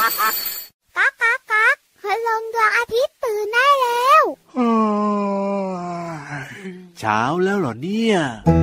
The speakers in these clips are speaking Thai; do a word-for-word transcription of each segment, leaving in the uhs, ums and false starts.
ก๊ากก๊ากก๊ากพลังดวงอาทิตย์ตื่นได้แล้วเช้าแล้วเหรอเนี่ย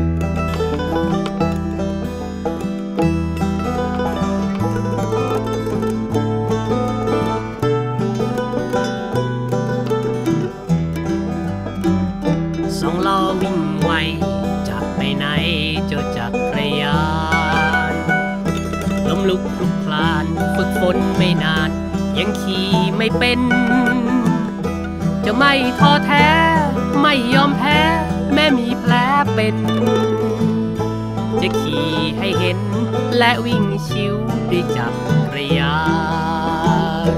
สองล้อวิ่งไวจะไปไหนเจ้าจักรยานล้มลุกคลุกคลานฝึกฝนไม่นานยังขี่ไม่เป็นจะไม่ท้อแท้ไม่ยอมแพ้แม้มีแผลเป็นจะขี่ให้เห็นและวิ่งชิวด้วยจักรยาน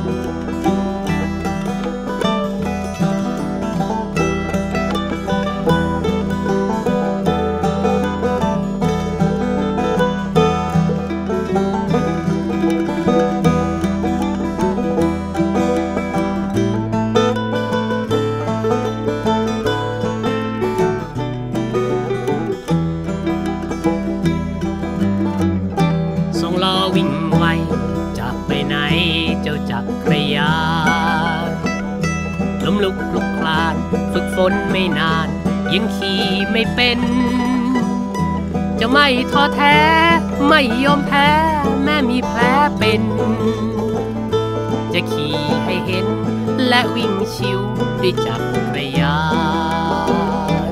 ฝึกฝนไม่นานยังขี่ไม่เป็นจะไม่ท้อแท้ไม่ยอมแพ้แม้มีแผลเป็นจะขี่ให้เห็นและวิ่งชิวด้วยจักรยาน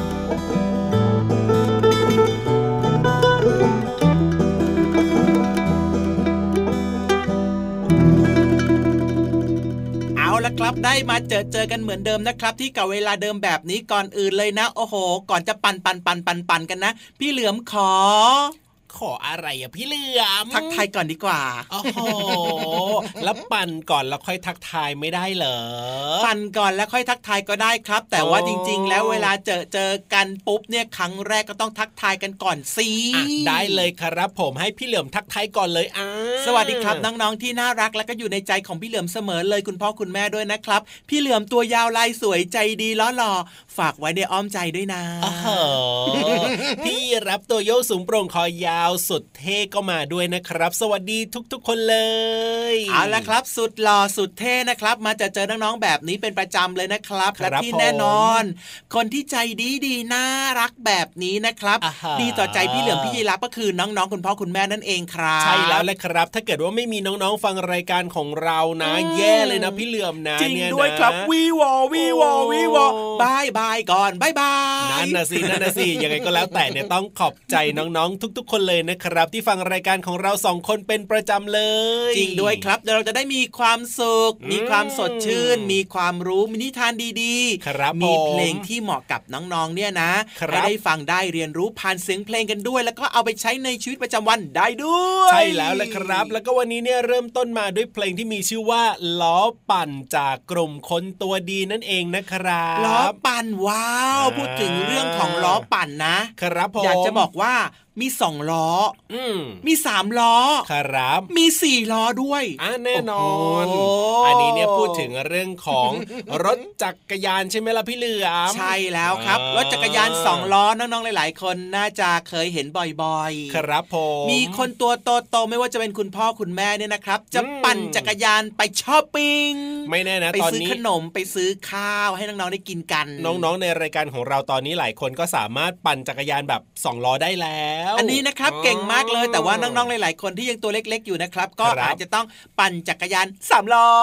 ครับได้มาเจอเจอกันเหมือนเดิมนะครับที่กับเวลาเดิมแบบนี้ก่อนอื่นเลยนะโอ้โหก่อนจะปันปันปันปันปันกันนะพี่เหลือมขอขออะไรอ่ะพี่เหลือมทักทายก่อนดีกว่าโอ้โหแล้วปั่นก่อนแล้วค่อยทักทายไม่ได้เหรอปั่นก่อนแล้วค่อยทักทายก็ได้ครับแต่ว่าจริงๆแล้วเวลาเจอเจอกันปุ๊บเนี่ยครั้งแรกก็ต้องทักทายกันก่อนสิได้เลยครับผมให้พี่เหลือมทักทายก่อนเลยอ่ะสวัสดีครับน้องๆที่น่ารักและก็อยู่ในใจของพี่เหลือมเสมอเลยคุณพ่อคุณแม่ด้วยนะครับพี่เหลือมตัวยาวลายสวยใจดีล้อหล่อฝากไว้ในอ้อมใจด้วยนะโอ้โหพี่รับตัวโยกสูงโปร่งคอยาวสุดเท่ก็มาด้วยนะครับสวัสดีทุกๆคนเลยเอาละครับสุดหล่อสุดเท่นะครับมาจะเจอน้องๆแบบนี้เป็นประจำเลยนะครับและที่แน่นอนคนที่ใจดีดีน่ารักแบบนี้นะครับดีต่อใจพี่เหลือมพี่ยีรับก็คือน้องๆคุณพ่อคุณแม่นั่นเองครับใช่แล้วแหละครับถ้าเกิดว่าไม่มีน้องๆฟังรายการของเรานะแย่เลยนะพี่เหลือมนะจริงด้วยครับวีวอวีวอวีวอบายบายก่อนบายบายนั่นนะสินั่นนะสิยังไงก็แล้วแต่เนี่ยต้องขอบใจน้องๆทุกๆคนเลยนะครับที่ฟังรายการของเราสองคนเป็นประจำเลยจริงด้วยครับเดี๋ยวเราจะได้มีความสุขมีความสดชื่นมีความรู้มีนิทานดีๆมีเพลงที่เหมาะกับน้องๆเนี่ยนะให้ได้ฟังได้เรียนรู้ผ่านเสียงเพลงกันด้วยแล้วก็เอาไปใช้ในชีวิตประจำวันได้ด้วยใช่แล้วแหละครับแล้วก็วันนี้เนี่ยเริ่มต้นมาด้วยเพลงที่มีชื่อว่าล้อปั่นจากกลุ่มคนตัวดีนั่นเองนะครับล้อปั่นว้าวพูดถึงเรื่องของล้อปั่นนะครับผมอยากจะบอกว่ามีสองล้ออืมมีสามล้อครับมีสี่ล้อด้วยอ่ะแน่นอนอันนี้เนี่ยพูดถึงเรื่องของรถจักรยานใช่ไหมล่ะพี่เหลือมใช่แล้วครับรถจักรยานสองล้อน้องๆหลายๆคนน่าจะเคยเห็นบ่อยๆครับผมมีคนตัวโตๆไม่ว่าจะเป็นคุณพ่อคุณแม่เนี่ยนะครับจะปั่นจักรยานไปช้อปปิ้งไม่แน่นะตอนนี้ไปซื้อขนมไปซื้อข้าวให้น้องๆได้กินกันน้องๆในรายการของเราตอนนี้หลายคนก็สามารถปั่นจักรยานแบบสองล้อได้แล้วอันนี้นะครับเก่งมากเลยแต่ว่าน้องๆหลายๆคนที่ยังตัวเล็กๆอยู่นะครับก็อาจจะต้องปั่นจักรยานสามล้อ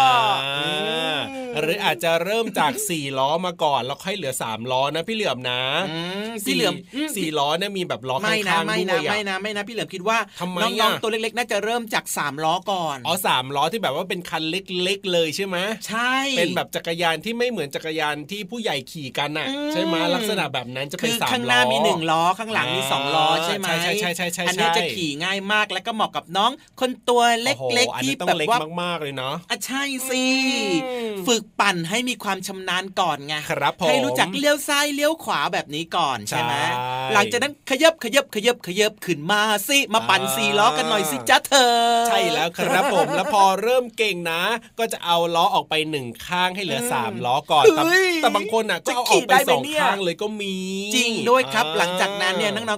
หรืออาจจะเริ่มจากสี่ล้อมาก่อนแล้วค่อยเหลือสามล้อนะพี่เหลือมนะพี่เหลือมสี่ล้อเนี่ยมีแบบล้อข้างๆด้วยอ่ะไม่นะไม่นะพี่เหลือมคิดว่าน้องๆตัวเล็กๆน่าจะเริ่มจากสามล้อก่อนอ๋อสามล้อที่แบบว่าเป็นคันเล็กๆเลยใช่ไหมใช่เป็นแบบจักรยานที่ไม่เหมือนจักรยานที่ผู้ใหญ่ขี่กันน่ะใช่ไหมลักษณะแบบนั้นจะเป็นสามล้อข้างหน้ามีหนึ่งล้อข้างหลังมีสองล้อใช่ไหมใช่ใช่ใช่ใช่อันนี้จะขี่ง่ายมากแล้วก็เหมาะกับน้องคนตัวเล็กๆที่แบบว่ามากๆเลยเนาะอ่ะใช่สิฝึกปั่นให้มีความชำนาญก่อนไงครับผมให้รู้จักเลี้ยวซ้ายเลี้ยวขวาแบบนี้ก่อนใช่ไหมหลังจากนั้นขยับขยับขยับขยับขึ้นมาสิมาปั่นสี่ล้อกันหน่อยสิจ๊ะเธอใช่แล้วครับผมแล้วพอเริ่มเก่งนะก็จะเอาล้อออกไปหนึ่งข้างให้เหลือสามล้อก่อนแต่บางคนอ่ะก็เอาออกไปสองข้างเลยก็มีจริงด้วยครับหลังจากนั้นเนี่ยน้องๆก็ค่อย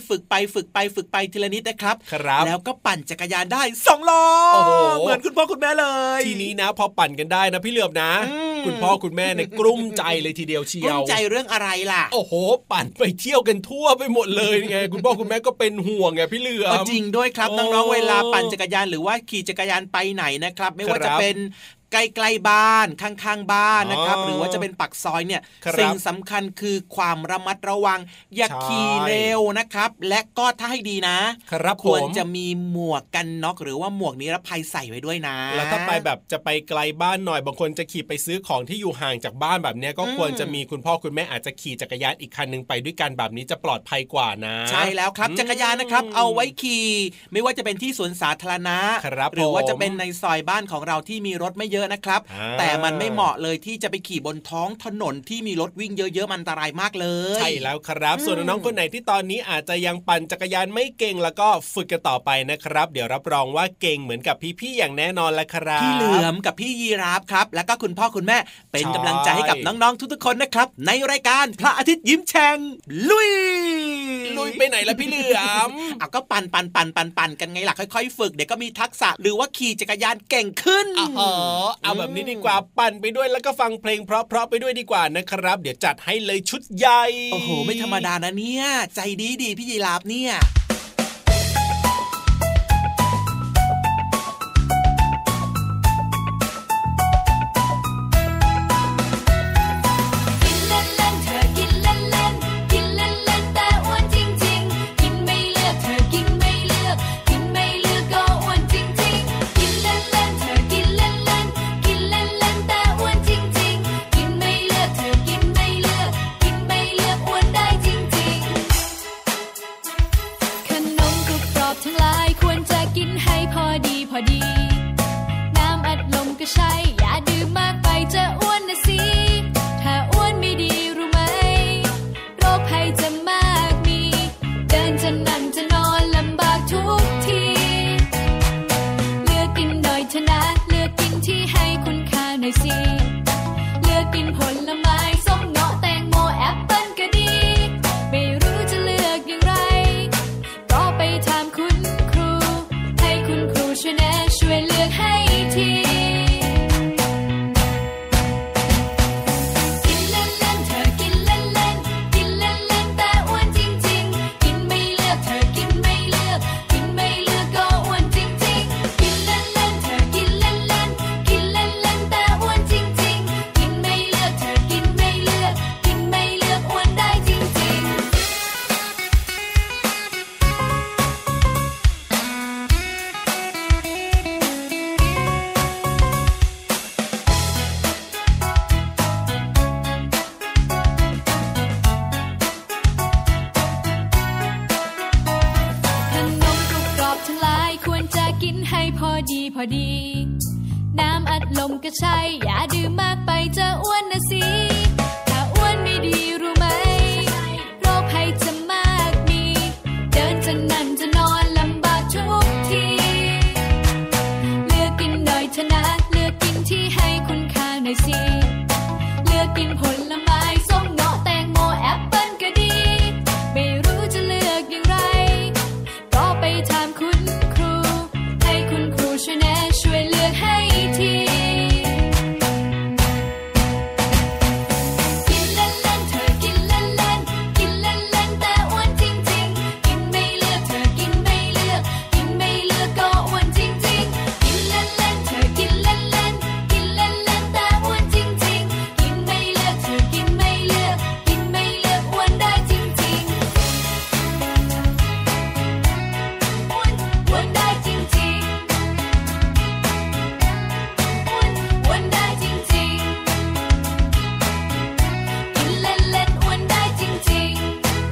ฝึกไปฝึกไปฝึกไปทีละนิดนะครับครับแล้วก็ปั่นจักรยานได้สองล้อโอ้โหเหมือนคุณพ่อคุณแม่เลยทีนี้นะพอปั่นกันได้นะพี่เหลือบนะคุณพ่อคุณแม่เนี่ยกลุ้มใจเลยทีเดียวเชียวกลุ้มใจเรื่องอะไรล่ะโอ้โหปั่นไปเที่ยวกันทั่วไปหมดเลยไงคุณพ่อคุณแม่ก็เป็นห่วงไงพี่เหลือบจริงด้วยครับน้องๆเวลาปั่นจักรยานหรือว่าขี่จักรยานไปไหนนะครับไม่ว่าจะเป็นใกล้ๆบ้านข้างๆบ้านนะครับหรือว่าจะเป็นปักซอยเนี่ยสิ่งสำคัญคือความระมัดระวังอย่าขี่เร็วนะครับและก็ถ้าให้ดีนะครับควรจะมีหมวกกันน็อกหรือว่าหมวกนิรภัยใส่ไว้ด้วยนะแล้วถ้าไปแบบจะไปไกลบ้านหน่อยบางคนจะขี่ไปซื้อของที่อยู่ห่างจากบ้านแบบนี้ก็ควรจะมีคุณพ่อคุณแม่อาจจะขี่จักรยานอีกคันนึงไปด้วยกันแบบนี้จะปลอดภัยกว่านะใช่แล้วครับจักรยานนะครับเอาไว้ขี่ไม่ว่าจะเป็นที่สวนสาธารณะหรือว่าจะเป็นในซอยบ้านของเราที่มีรถไม่เยอะนะครับแต่มันไม่เหมาะเลยที่จะไปขี่บนท้องถนนที่มีรถวิ่งเยอะๆมันอันตรายมากเลยใช่แล้วครับส่วนน้องคนไหนที่ตอนนี้อาจจะยังปั่นจักรยานไม่เก่งแล้วก็ฝึกกันต่อไปนะครับเดี๋ยวรับรองว่าเก่งเหมือนกับพี่ๆอย่างแน่นอนแหละครับพี่เหลือมกับพี่ยีราฟครับแล้วก็คุณพ่อคุณแม่เป็นกำลังใจให้กับน้องๆทุกๆคนนะครับในรายการพระอาทิตย์ยิ้มแฉ่งลุยลุยไปไหนล่ะพี่เหลือมเอาก็ปั่นปั่นปั่นปั่นปั่นกันไงล่ะค่อยๆฝึกเดี๋ยวก็มีทักษะหรือว่าขี่จักรยานเก่งขึ้นอ๋อเอาแบบนี้ดีกว่าปั่นไปด้วยแล้วก็ฟังเพลงเพราะๆไปด้วยดีกว่านะครับเดี๋ยวจัดให้เลยชุดใหญ่โอ้โหไม่ธรรมดานะเนี่ยใจดีดีพี่ยีราฟเนี่ยพอดีน้ำอัดลมก็ใช่อย่าดื่มมากไปจะอ้วนนะสิถ้าอ้วนไม่ดีรู้ไหมโรคภัยจะมากมีเดินจะนั่งจะนอนลำบากทุกทีเลือกกินหน่อยเถอะนะเลือกกินที่ให้คุณค่าหน่อยสิเลือกกินผลไม้ส้มเงาะแตงโมแอปเปิ้ลก็ดีไม่รู้จะเลือกอย่างไรก็ไปถามคุณครูให้คุณครูช่วยแนะช่วยเลือกให้ทีกินเล่นๆเธอกินเล่นๆกินเล่นๆแต่อ้วนจริงๆกินไม่เลือกเธอกินไม่เลือกกินไม่เลือกก็อ้วนจริงๆกินเล่นๆเธอกินเล่นๆกินเล่นๆแต่อ้วนจริงๆกินไม่เลือกเธอกินไม่เลือกกินไม่เลือกอ้วนได้จริงๆอ้วนอ้วนได้จริงๆอ้วนอ้วนได้จริงๆกินเล่นๆอ้วนได้จริงๆ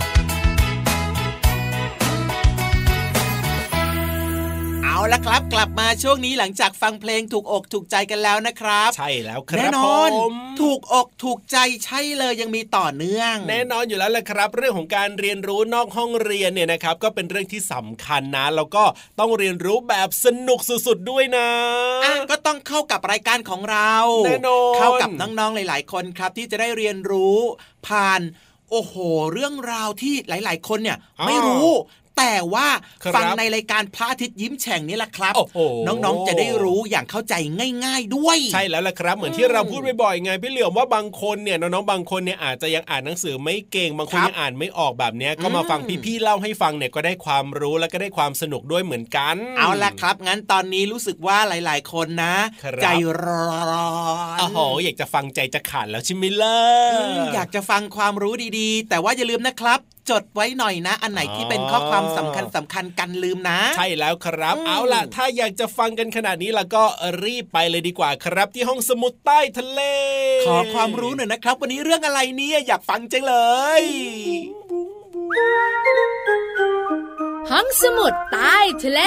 เอาละครับกลับมาช่วงนี้หลังจากฟังเพลงถูกอกถูกใจกันแล้วนะครับใช่แล้วครับแน่นอนถูกอกถูกใจใช่เลยยังมีต่อเนื่องแน่นอนอยู่แล้วแหละครับเรื่องของการเรียนรู้นอกห้องเรียนเนี่ยนะครับก็เป็นเรื่องที่สำคัญนะแล้วก็ต้องเรียนรู้แบบสนุกสุดๆด้วยนะอ่ะก็ต้องเข้ากับรายการของเราแน่นอนเข้ากับน้องๆหลายๆคนครับที่จะได้เรียนรู้ผ่านโอ้โหเรื่องราวที่หลายๆคนเนี่ยไม่รู้แต่ว่าฟังในรายการพระอาทิตย์ยิ้มแฉ่งนี่แหละครับน้องๆจะได้รู้อย่างเข้าใจง่ายๆด้วยใช่แล้วล่ะครับเหมือนที่เราพูดบ่อยๆไงพี่เหลือมว่าบางคนเนี่ยน้องๆบางคนเนี่ยอาจจะยังอ่านหนังสือไม่เก่งบางคนยังอ่านไม่ออกแบบนี้ก็มาฟังพี่ๆเล่าให้ฟังเนี่ยก็ได้ความรู้และก็ได้ความสนุกด้วยเหมือนกันเอาล่ะครับงั้นตอนนี้รู้สึกว่าหลายๆคนนะใจร้อนโอ้โหอยากจะฟังใจจะขาดแล้วใช่ไหมล่ะอยากจะฟังความรู้ดีๆแต่ว่าอย่าลืมนะครับจดไว้หน่อยนะอันไหนที่เป็นข้อความสำคัญสำคัญกันลืมนะใช่แล้วครับเอาล่ะถ้าอยากจะฟังกันขนาดนี้แล้วก็รีบไปเลยดีกว่าครับที่ห้องสมุดใต้ทะเลขอความรู้หน่อยนะครับวันนี้เรื่องอะไรเนี่ยอยากฟังจังเลยห้องสมุดใต้ทะเล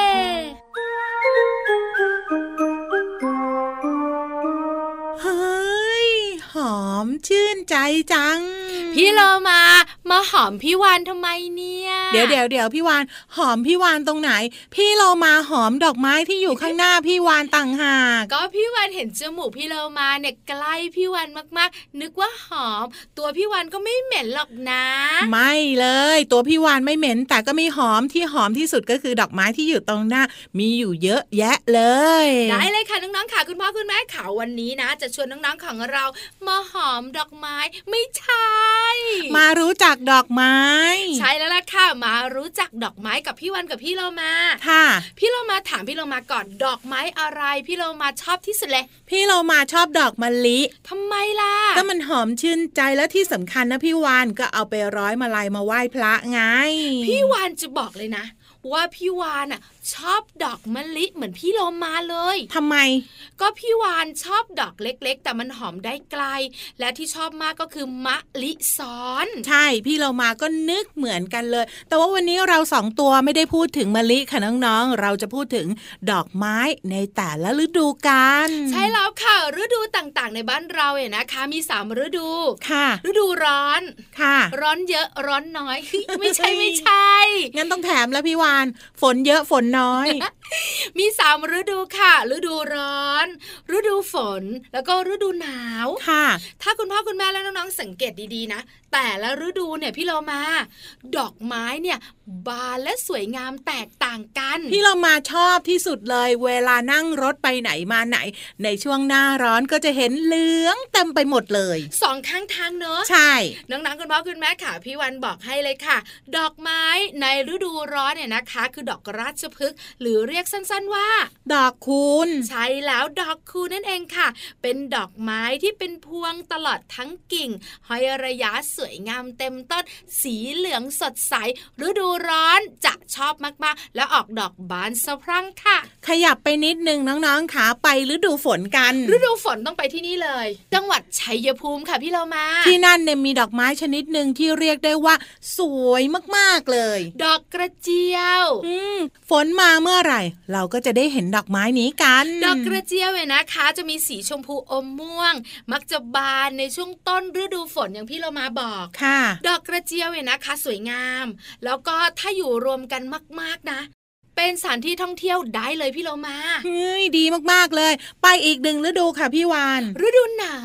เฮ้ยหอมชื่นใจจังพี่เรามามาหอมพี่วานทำไมเนี่ยเดี๋ยวเดี๋ยวเดี๋ยวพี่วานหอมพี่วานตรงไหนพี่เรามาหอมดอกไม้ที่อยู่ข้างหน้าพี่วานต่างหากก็พี่วานเห็นจมูกพี่เรามาเนี่ยใกล้พี่วานมากๆนึกว่าหอมตัวพี่วานก็ไม่เหม็นหรอกนะไม่เลยตัวพี่วานไม่เหม็นแต่ก็มีหอมที่หอมที่สุดก็คือดอกไม้ที่อยู่ตรงหน้ามีอยู่เยอะแยะเลยได้เลยค่ะน้องๆค่ะคุณพ่อคุณแม่ข่าววันนี้นะจะชวนน้องๆของเรามาหอมดอกไม้ไม่ใช่มารู้จักดอกไม้ใช่แล้วล่ะค่ะมารู้จักดอกไม้กับพี่วันกับพี่โลมาค่ะพี่โลมาถามพี่โลมาก่อนดอกไม้อะไรพี่โลมาชอบที่สุดเลยพี่โลมาชอบดอกมะลิทำไมล่ะก็มันหอมชื่นใจและที่สำคัญนะพี่วานก็เอาไปร้อยมาลัยมาไหว้พระไงพี่วานจะบอกเลยนะว่าพี่วานอ่ะชอบดอกมะลิเหมือนพี่โลมาเลยทำไมก็พี่วานชอบดอกเล็กๆแต่มันหอมได้ไกลและที่ชอบมากก็คือมะลิซ้อนใช่พี่โลมาก็นึกเหมือนกันเลยแต่ว่าวันนี้เราสองตัวไม่ได้พูดถึงมะลิค่ะน้องๆเราจะพูดถึงดอกไม้ในแต่ละฤดูกาลใช่แล้วค่ะฤดูต่างๆในบ้านเราเนี่ยนะคะมีสามฤดูค่ะฤดูร้อนค่ะร้อนเยอะร้อนน้อยไม่ใช่ไม่ใช่งั้นต้องแถมแล้วพี่วานฝนเยอะฝนน้อยมีสามฤดูค่ะฤดูร้อนฤดูฝนแล้วก็ฤดูหนาวค่ะถ้าคุณพ่อคุณแม่และน้องๆสังเกตดีๆนะแต่ละฤดูเนี่ยพี่เรามาดอกไม้เนี่ยบานและสวยงามแตกต่างกันพี่เรามาชอบที่สุดเลยเวลานั่งรถไปไหนมาไหนในช่วงหน้าร้อนก็จะเห็นเหลืองเต็มไปหมดเลยสองข้างทางเนอะใช่น้องๆคุณพ่อคุณแม่ค่ะพี่วันบอกให้เลยค่ะดอกไม้ในฤดูร้อนเนี่ยนะคะคือดอกราชพฤกษ์หรือเรียกสั้นๆว่าดอกคูณใช่แล้วดอกคูณนั่นเองค่ะเป็นดอกไม้ที่เป็นพวงตลอดทั้งกิ่งห้อยระยะสวยงามเต็มต้นสีเหลืองสดใสฤดูร้อนจะชอบมากๆแล้วออกดอกบานสะพรั่งค่ะขยับไปนิดนึงน้องๆขาไปฤดูฝนกันฤดูฝนต้องไปที่นี่เลยจังหวัดชัยภูมิค่ะพี่เรามาที่นั่นเนี่ยมีดอกไม้ชนิดหนึ่งที่เรียกได้ว่าสวยมากๆเลยดอกกระเจียวอืมฝนมาเมื่อไหร่เราก็จะได้เห็นดอกไม้นี้กันดอกกระเจียวเนี่ยนะคะจะมีสีชมพูอมม่วงมักจะบานในช่วงต้นฤดูฝนอย่างพี่เรามาบอกค่ะดอกกระเจียวเนี่ยนะคะสวยงามแล้วก็ถ้าอยู่รวมกันมากๆนะเป็นสถานที่ท่องเที่ยวได้เลยพี่โลมาเฮ้ยดีมากๆเลยไปอีกหนึ่งฤดูค่ะพี่วานฤดูหนาว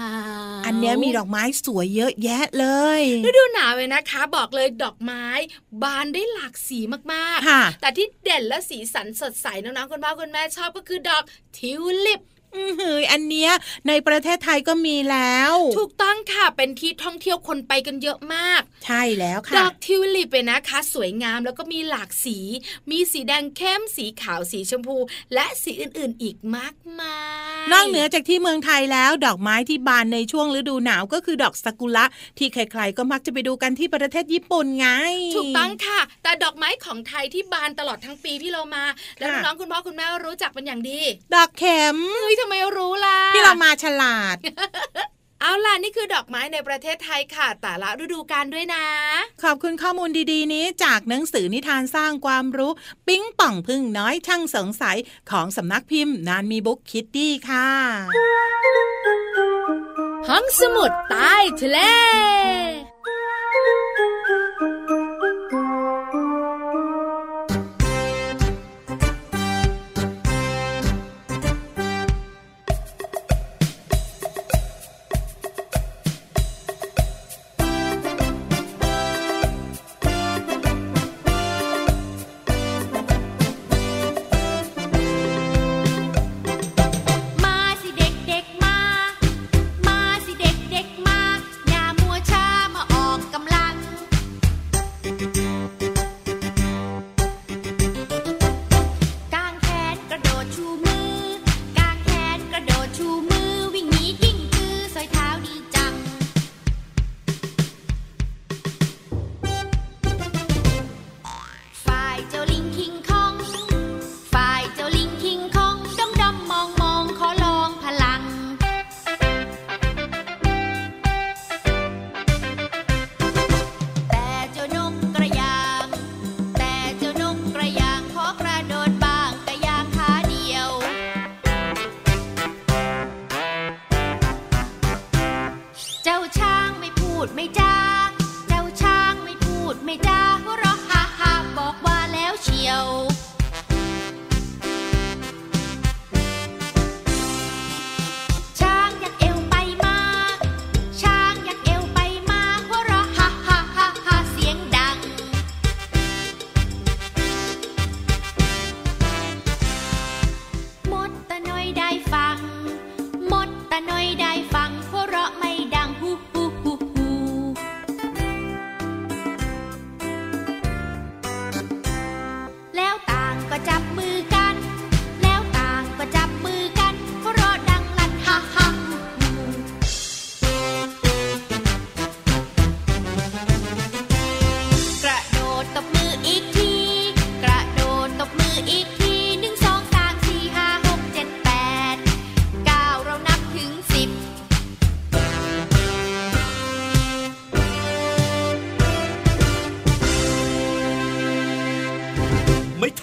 อันนี้มีดอกไม้สวยเยอะแยะเลยฤดูหนาวเลยนะคะบอกเลยดอกไม้บานได้หลากสีมากๆค่ะแต่ที่เด่นและสีสันสดใสน้องๆคุณพ่อคุณแม่ชอบก็คือดอกทิวลิปอือหืออันเนี้ยในประเทศไทยก็มีแล้วถูกต้องค่ะเป็นที่ท่องเที่ยวคนไปกันเยอะมากใช่แล้วค่ะดอกทิวลิปเป็นนะคะสวยงามแล้วก็มีหลากสีมีสีแดงเข้มสีขาวสีชมพูและสีอื่นๆอีกมากมายนอกเหนือจากที่เมืองไทยแล้วดอกไม้ที่บานในช่วงฤดูหนาวก็คือดอกซากุระที่ใครๆก็มักจะไปดูกันที่ประเทศญี่ปุ่นไงถูกต้องค่ะแต่ดอกไม้ของไทยที่บานตลอดทั้งปีพี่เรามาแล้วน้องๆคุณพ่อคุณแม่รู้จักเป็นอย่างดีดอกเข็มทำไมรู้ล่ะที่เรามาฉลาดเอาล่ะนี่คือดอกไม้ในประเทศไทยค่ะแต่ละฤดูกาลด้วยนะขอบคุณข้อมูลดีๆนี้จากหนังสือนิทานสร้างความรู้ปิ๊งป่องพึ่งน้อยช่างสงสัยของสำนักพิมพ์นานมีบุ๊กคิตตี้ค่ะห้องสมุดใต้ทะเล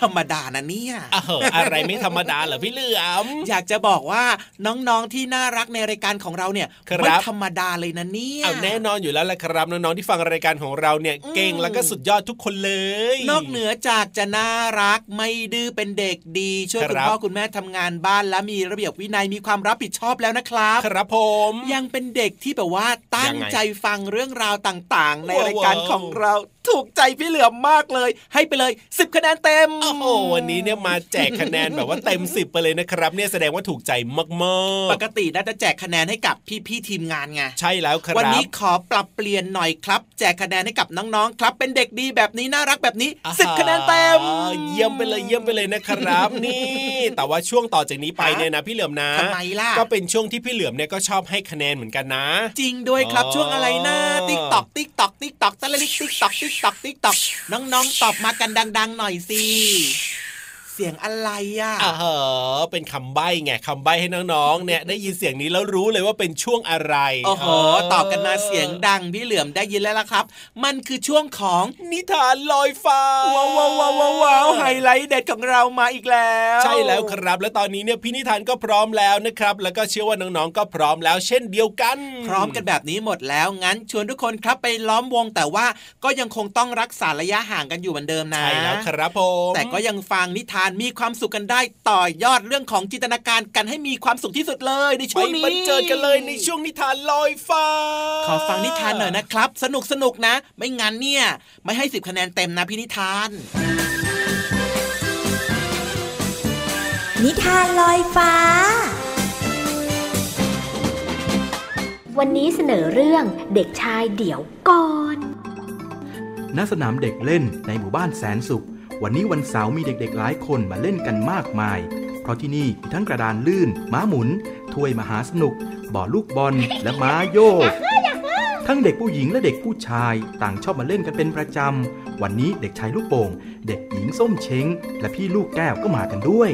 ธรรมดานะเนี่ยเอออะไรไม่ธรรมดาเหรอพี่เหลือมอยากจะบอกว่าน้องๆที่น่ารักในรายการของเราเนี่ยไม่ธรรมดาเลยนะเนี่ยเอาแน่นอนอยู่แล้วแหละครับน้องๆที่ฟังรายการของเราเนี่ยเก่งแล้วก็สุดยอดทุกคนเลยนอกเหนือจากจะน่ารักไม่ดื้อเป็นเด็กดีช่วยคุณพ่อคุณแม่ทำงานบ้านและมีระเบียบวินัยมีความรับผิดชอบแล้วนะครับครับผมยังเป็นเด็กที่แบบว่าตั้งใจฟังเรื่องราวต่างๆในรายการของเราถูกใจพี่เหลือมมากเลยให้ไปเลยสิบคะแนนเต็มโอ้โหวันนี้เนี่ยมาแจกคะแนนแบบว่าเต็มสิบไปเลยนะครับเนี่ยแสดงว่าถูกใจมากๆปกติน่าจะแจกคะแนนให้กับพี่ๆทีมงานไงใช่แล้วครับวันนี้ขอปรับเปลี่ยนหน่อยครับแจกคะแนนให้กับน้องๆครับเป็นเด็กดีแบบนี้น่ารักแบบนี้สิบคะแนนเต็มเยี่ยมไปเลยเยี่ยมไปเลยนะครับนี่แต่ว่าช่วงต่อจากนี้ไปเนี่ยนะพี่เหลือมนะทำไมล่ะก็เป็นช่วงที่พี่เหลือมเนี่ยก็ชอบให้คะแนนเหมือนกันนะจริงด้วยครับช่วงอะไรนะติ๊กตอกติ๊กตอกติ๊กตอกตะลิกติ๊กตอกติ๊กตอกติ๊กตอกน้องๆตอบมากันดังๆหน่อยสิเสียงอะไรอ่ะอ่าเหอเป็นคำใบ้ไงคำใบ้ให้น้องๆเนี่ยได้ยินเสียงนี้แล้วรู้เลยว่าเป็นช่วงอะไรโอ้โหตอบกันมาเสียงดังพี่เหลือมได้ยินแล้วล่ะครับมันคือช่วงของนิทานลอยฟ้าว้าวว้าวว้าวว้าวไฮไลท์เด็ดของเรามาอีกแล้วใช่แล้วครับและตอนนี้เนี่ยพี่นิทานก็พร้อมแล้วนะครับแล้วก็เชื่อว่าน้องๆก็พร้อมแล้วเช่นเดียวกันพร้อมกันแบบนี้หมดแล้วงั้นชวนทุกคนครับไปล้อมวงแต่ว่าก็ยังคงต้องรักษาระยะห่างกันอยู่เหมือนเดิมนะใช่แล้วครับผมแต่ก็ยังฟังนิทานมีความสุขกันได้ต่อยอดเรื่องของจินตนาการกันให้มีความสุขที่สุดเลยในช่วงนี้ไปเจอกันเลยในช่วงนิทานลอยฟ้าขอฟังนิทานหน่อยนะครับสนุกสนุกนะไม่งั้นเนี่ยไม่ให้สิบคะแนนเต็มนะพี่นิทานนิทานลอยฟ้าวันนี้เสนอเรื่องเด็กชายเดี๋ยวก่อนณสนามเด็กเล่นในหมู่บ้านแสนสุขวันนี้วันเสาร์มีเด็กๆหลายคนมาเล่นกันมากมายเพราะที่นี่มีทั้งกระดานลื่นม้าหมุนถ้วยมหาสนุกบ่อลูกบอลและม้าโยกทั้งเด็กผู้หญิงและเด็กผู้ชายต่างชอบมาเล่นกันเป็นประจำวันนี้เด็กชายลูกโป่งเด็กหญิงส้มเช้งและพี่ลูกแก้วก็มากันด้วย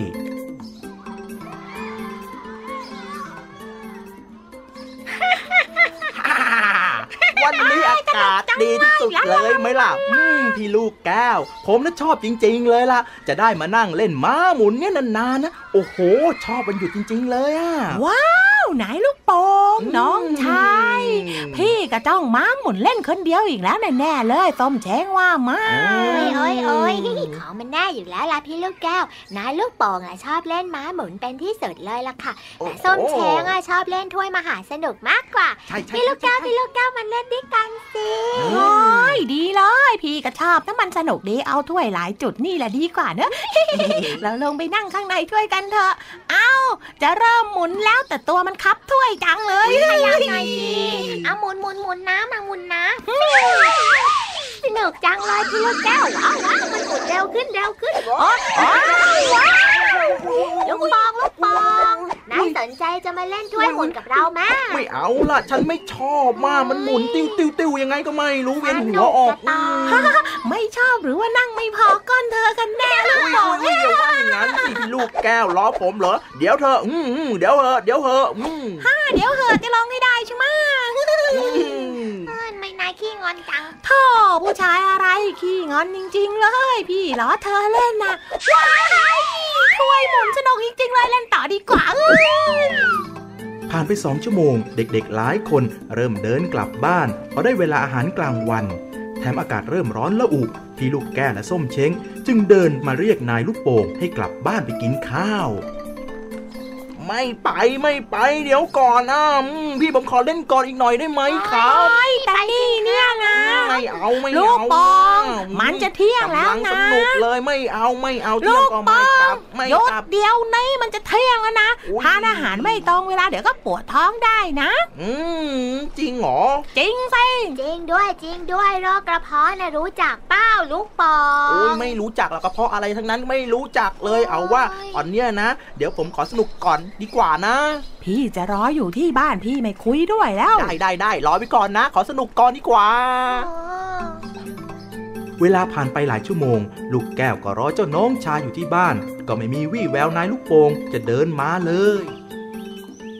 วันนี้อากาศดีที่สุดเลยไหมล่ะอืมพี่ลูกแก้วผมน่ะชอบจริงๆเลยล่ะจะได้มานั่งเล่นม้าหมุนเนี่ยนานๆนะโอ้โหชอบมันอยู่จริงๆเลยอ่ะว้าวไหนลูกโป่งน้องชายพี่ก็จ้องม้าหมุนเล่นคนเดียวอีกแล้วแน่ๆเลยต้มแช้งว่ามาโอ้ยโอ้ยโอ้ยของมันแน่อยู่แล้วล่ะพี่ลูกแก้วนายลูกโป่งอ่ะชอบเล่นม้าหมุนเป็นที่สุดเลยล่ะค่ะแต่ส้มแช้งอ่ะชอบเล่นถ้วยมหาสนุกมากกว่าพี่ลูกแก้วพี่ลูกแก้วมันเล่นด้วยกันสิโอ้ยดีเลยพี่ก็ชอบถ้ามันสนุกดีเอาถ้วยหลายจุดนี่แหละดีกว่าเนอะเราลงไปนั่งข้างในช่วยกันเถอะเอ้าจะเริ่มหมุนแล้วแต่ตัวมันคับถ้วยจังเลยขยับหน่อยสิเอาหมุนหมุนหมุนนะมาหมุนนะสนุกจังเลยพี่ลูกแก้วว้าวว้าวมันหมุนเร็วขึ้นเร็วขึ้นว้าวว้าวลูกปองลูกปองนายสนใจจะมาเล่นถ้วยหมุนกับเราไหมไม่เอาล่ะฉันไม่ชอบมากมันหมุนติ้วติ้วติ้วยังไงก็ไม่รู้เวียนหัวออกไม่ชอบหรือว่านั่งไม่พอก้อนเธอกันแน่ลูกปองอย่าว่าอย่างนั้นสิพี่ลูกแก้วล้อผมเหรอเดี๋ยวเธออืมเดี๋ยวเหอะเดี๋ยวเหอะฮ่าเดี๋ยวเหอะจะลองให้ได้ใช่ไหมไม่นายขี้งอนจังโธ่ผู้ชายอะไรขี้งอนจริงๆเลยพี่ล้อเธอเล่นนะว้ายถ้วยหมุนสนุกจริงๆเลยเล่นต่อดีกว่าผ่านไปสองชั่วโมงเด็กๆหลายคนเริ่มเดินกลับบ้านพอได้เวลาอาหารกลางวันแถมอากาศเริ่มร้อนละอุพี่ลูกแก้วและส้มเช้งจึงเดินมาเรียกนายลูกโป่งให้กลับบ้านไปกินข้าวไม่ไปไม่ไปเดี๋ยวก่อนนะพี่ผมขอเล่นก่อนอีกหน่อยได้ไหมครับแต่นี่เนี่ยนะไม่เอาไม่เอาลูกปองมันจะเที่ยงแล้วนะสนุกเลยไม่เอาไม่เอาเที่ยงก็ไม่กลับไม่กลับเดียวนี่มันจะเที่ยงแล้วนะทานอาหารไม่ตรงเวลาเดี๋ยวก็ปวดท้องได้นะอืมจริงเหรอจริงสิจริงด้วยจริงด้วยโรคกระเพาะนะรู้จักเปล่าลูกปองโอ้ยไม่รู้จักหรอกกระเพาะอะไรทั้งนั้นไม่รู้จักเลยเอาว่าตอนเนี้ยนะเดี๋ยวผมขอสนุกก่อนดีกว่านะพี่จะรออยู่ที่บ้านพี่ไม่คุยด้วยแล้วได้ได้ได้รอไว้ก่อนนะขอสนุกก่อนดีกว่าเวลาผ่านไปหลายชั่วโมงลูกแก้วก็รอเจ้าน้องชายอยู่ที่บ้านก็ไม่มีวี่แววนายลูกโป่งจะเดินมาเลยพี่ลู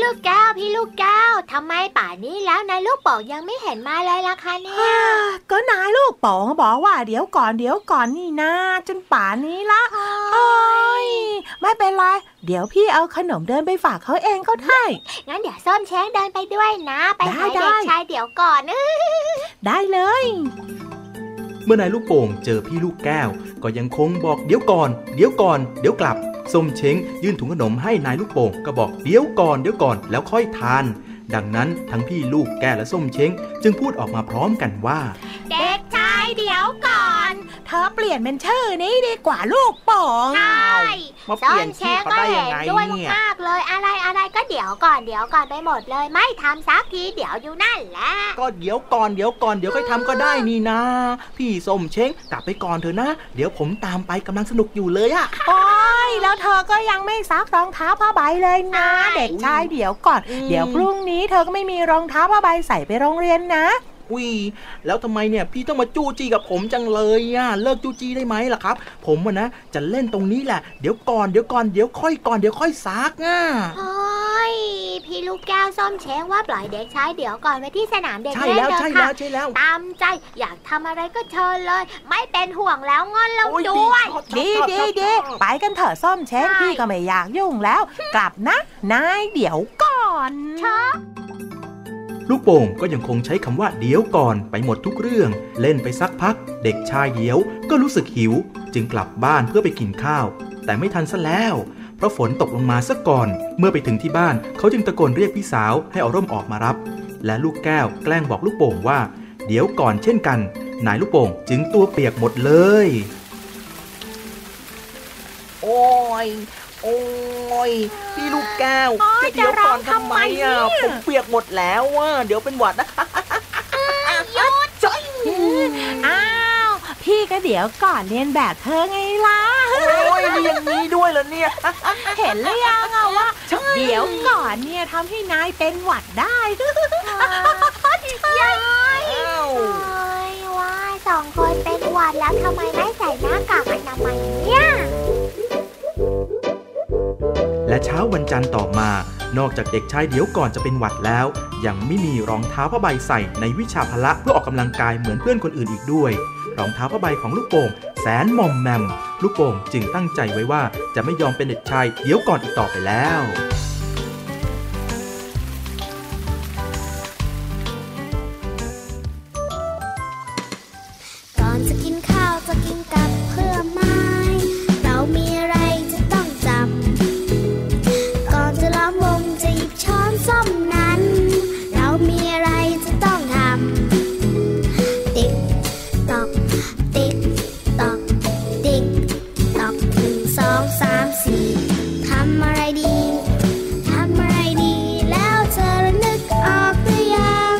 ลูกแก้วพี่ลูกแก้วทำไมป่านนี้แล้วนายลูกโป่งยังไม่เห็นมาเลยล่ะคะเนี่ยก็นายลูกโป่งบอกว่าเดี๋ยวก่อนเดี๋ยวก่อนนี่นะจนป่านนี้ละโอ้ยไม่เป็นไรเดี๋ยวพี่เอาขนมเดินไปฝากเขาเองก็ได้งั้นเดี๋ยวส้มแช้งเดินไปด้วยนะไปหาเด็กชายเดี๋ยวก่อนได้เลยเมื่อนายลูกโป่งเจอพี่ลูกแก้วก็ยังคงบอกเดี๋ยวก่อนเดี๋ยวก่อนเดี๋ยวกลับส้มเช้งยื่นถุงขนมให้นายลูกโป่งก็บอกเดี๋ยวก่อนเดี๋ยวก่อนแล้วค่อยทานดังนั้นทั้งพี่ลูกแก้วและส้มเช้งจึงพูดออกมาพร้อมกันว่าเด็กชายเดี๋ยวก่อนเธอเปลี่ยนเป็นชื่อนี้ดีกว่าลูกโป่งใช่มาเปลี่ยนชื่อเขาได้ยังไงเนี่ยมากเลยอะไรอะไรก็เดี๋ยวก่อนเดี๋ยวก่อนไปหมดเลยไม่ทำสักทีเดี๋ยวอยู่นั่นแหละก็เดี๋ยวก่อนเดี๋ยวก่อนเดี๋ยวค่อยทำก็ได้นี่นะพี่ส้มเช้งกลับไปก่อนเถอะนะเดี๋ยวผมตามไปกำลังสนุกอยู่เลยอะโอ้ยแล้วเธอก็ยังไม่ซักรองเท้าผ้าใบเลยนะเด็กชายเดี๋ยวก่อนเดี๋ยวพรุ่งนี้เธอก็ไม่มีรองเท้าผ้าใบใส่ไปโรงเรียนนะอุ้ยแล้วทำไมเนี่ยพี่ต้องมาจู้จี้กับผมจังเลยอ่ะเลิกจู้จี้ได้ไหมล่ะครับผมอ่ะนะจะเล่นตรงนี้แหละเดี๋ยวก่อนเดี๋ยวก่อนเดี๋ยวค่อยก่อนเดี๋ยวค่อยซักอ่ะโอ้ยพี่ลูกแก้วส้มเช้งว่าปล่อยเด็กชายเดี๋ยวก่อนไว้ที่สนามเด็กเล่นเถอะค่ะใช่แล้วใช่แล้วตามใจอยากทำอะไรก็เชิญเลยไม่เป็นห่วงแล้วงอนเราด้วยดีดีดีไปกันเถอะส้มเช้งพี่ก็ไม่อยากยุ่งแล้วกลับนะนายเดี๋ยวก่อนชะลูกโป่งก็ยังคงใช้คำว่าเดี๋ยวก่อนไปหมดทุกเรื่องเล่นไปสักพักเด็กชายเดี๋ยวก็รู้สึกหิวจึงกลับบ้านเพื่อไปกินข้าวแต่ไม่ทันซะแล้วเพราะฝนตกลงมาซะก่อนเมื่อไปถึงที่บ้านเขาจึงตะโกนเรียกพี่สาวให้เอาร่มออกมารับและลูกแก้วแกล้งบอกลูกโป่งว่าเดี๋ยวก่อนเช่นกันนายลูกโป่งจึงตัวเปียกหมดเลยโอ้ยโอ้ยพี่ลูกแก้วจะเดี๋ยวก่อนทำไมอ่ะผมเปียกหมดแล้วอ่ะเดี๋ยวเป็นหวัดนะหยุดจ้อยอ้าวพี่ก็เดี๋ยวก่อนเรียนแบบเธอไงล่ะโอ้ยมีอย่างนี้ด้วยเหรอเนี่ยเห็นหรือยังอ่ะว่าเดี๋ยวก่อนเนี่ยทำให้นายเป็นหวัดได้ยายว้ายสองคนเป็นหวัดแล้วทำไมไม่ใส่หน้ากากอนามัยเนี่ยและเช้าวันจันทร์ต่อมานอกจากเด็กชายเดี๋ยวก่อนจะเป็นหวัดแล้วยังไม่มีรองเท้าผ้าใบใส่ในวิชาพละเพื่อออกกำลังกายเหมือนเพื่อนคนอื่นอีกด้วยรองเท้าผ้าใบของลูกโป่งแสนมอมแมมลูกโป่งจึงตั้งใจไว้ว่าจะไม่ยอมเป็นเด็กชายเดี๋ยวก่อนอีกต่อไปแล้วก่อนจะกินข้าวจะกินกับเพื่อไม้เรามีอะไรจะต้องจำก่อนจะล้อมวงจะหยิบช้อนส้อมนั้นเรามีอะไรจะต้องทำติ๊กตอกติ๊กตอกติ๊กตอกหนึ่งสองสามสี่ทำอะไรดีทำอะไรดีแล้วเธอระนึกออกหรือยัง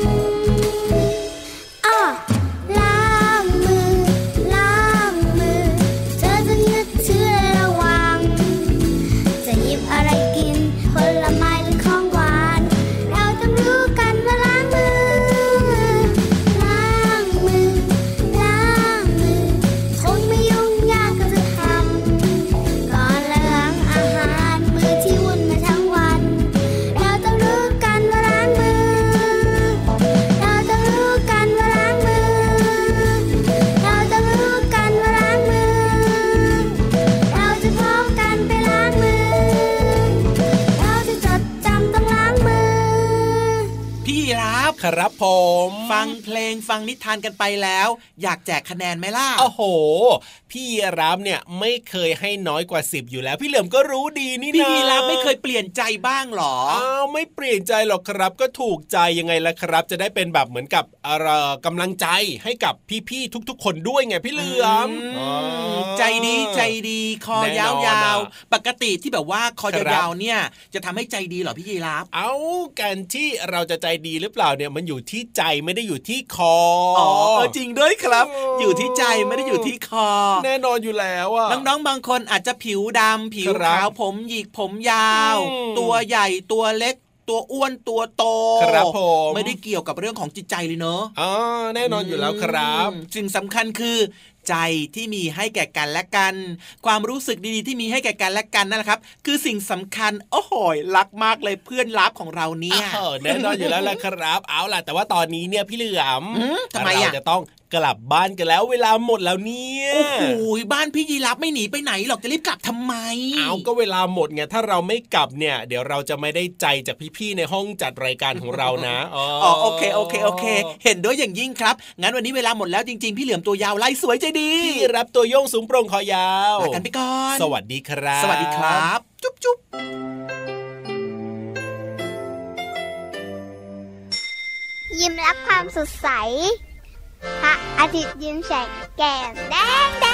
อ้อล้างมือล้างมือเธอจะนึกถึงระวังจะหยิบอะไรกินผลไม้หรือของหวานเราต้องรู้กันว่าล้างมือล้างมือล้างมือคงไม่ยุ่งยากก็จะทำก่อนล้างอาหารมือที่วุ่นมาทั้งวันเราต้องรู้กันว่าล้างมือเราต้องรู้กันว่าล้างมือเราต้องรู้กันว่าล้างมือเราจะพร้อมกันไปล้างมือเราจะจดจำต้องล้างมือพี่รับครับผมฟังเพลงฟังนิทานกันไปแล้วอยากแจกคะแนนไหมล่ะโอ้โหพี่รับเนี่ยไม่เคยให้น้อยกว่าสิบอยู่แล้วพี่เหลือมก็รู้ดีนี่นะพี่รับไม่เคยเปลี่ยนใจบ้างหรออ้าวไม่เปลี่ยนใจหรอกครับก็ถูกใจยังไงล่ะครับจะได้เป็นแบบเหมือนกับอะไรกำลังใจให้กับพี่ๆทุกๆคนด้วยไงพี่เหลือมใจดีใจดีคอยาวๆปกติที่แบบว่าคอยาวๆเนี่ยจะทำให้ใจดีหรอพี่ยีรับเอ้าการที่เราจะใจดีหรือเปล่าเนี่ยมันอยู่ที่ใจไม่ได้อยู่ที่คออ๋อจริงด้วยครับอยู่ที่ใจไม่ได้อยู่ที่คอแน่นอนอยู่แล้วอ่ะน้องๆบางคนอาจจะผิวดำผิวขาวผมหยิกผมยาวตัวใหญ่ตัวเล็กตัวอ้วนตัวโตครับผมไม่ได้เกี่ยวกับเรื่องของจิตใจเลยเนอะอ๋อแน่นอนอยู่แล้วครับสิ่งสำคัญคือใจที่มีให้แก่กันและกันความรู้สึกดีๆที่มีให้แก่กันและกันนั่นแหละครับคือสิ่งสำคัญโอ้โหรักมากเลยเพื่อนรักของเราเนี่ยแน่นอนอยู่แล้วล่ะครับเอาล่ะแต่ว่าตอนนี้เนี่ยพี่เหลือมทำไมอ่ะเราจะต้องกลับบ้านกันแล้วเวลาหมดแล้วเนี่ยโอ้โหบ้านพี่ยีรับไม่หนีไปไหนหรอกจะรีบกลับทำไมเอาก็เวลาหมดไงถ้าเราไม่กลับเนี่ยเดี๋ยวเราจะไม่ได้ใจจากพี่ๆในห้องจัดรายการของเรานะอ๋อโอเคโอเคโอเคเห็นด้วยอย่างยิ่งครับงั้นวันนี้เวลาหมดแล้วจริงๆพี่เหลือมตัวยาวไล่สวยใจดีพี่รับตัวโยงสูงโปร่งคอยาวลากันไปก่อนสวัสดีครับสวัสดีครับจุ๊บจุ๊บยิ้มรับความสดใสพระอาทิตย์ยิ้มแฉกแก้มแดงแด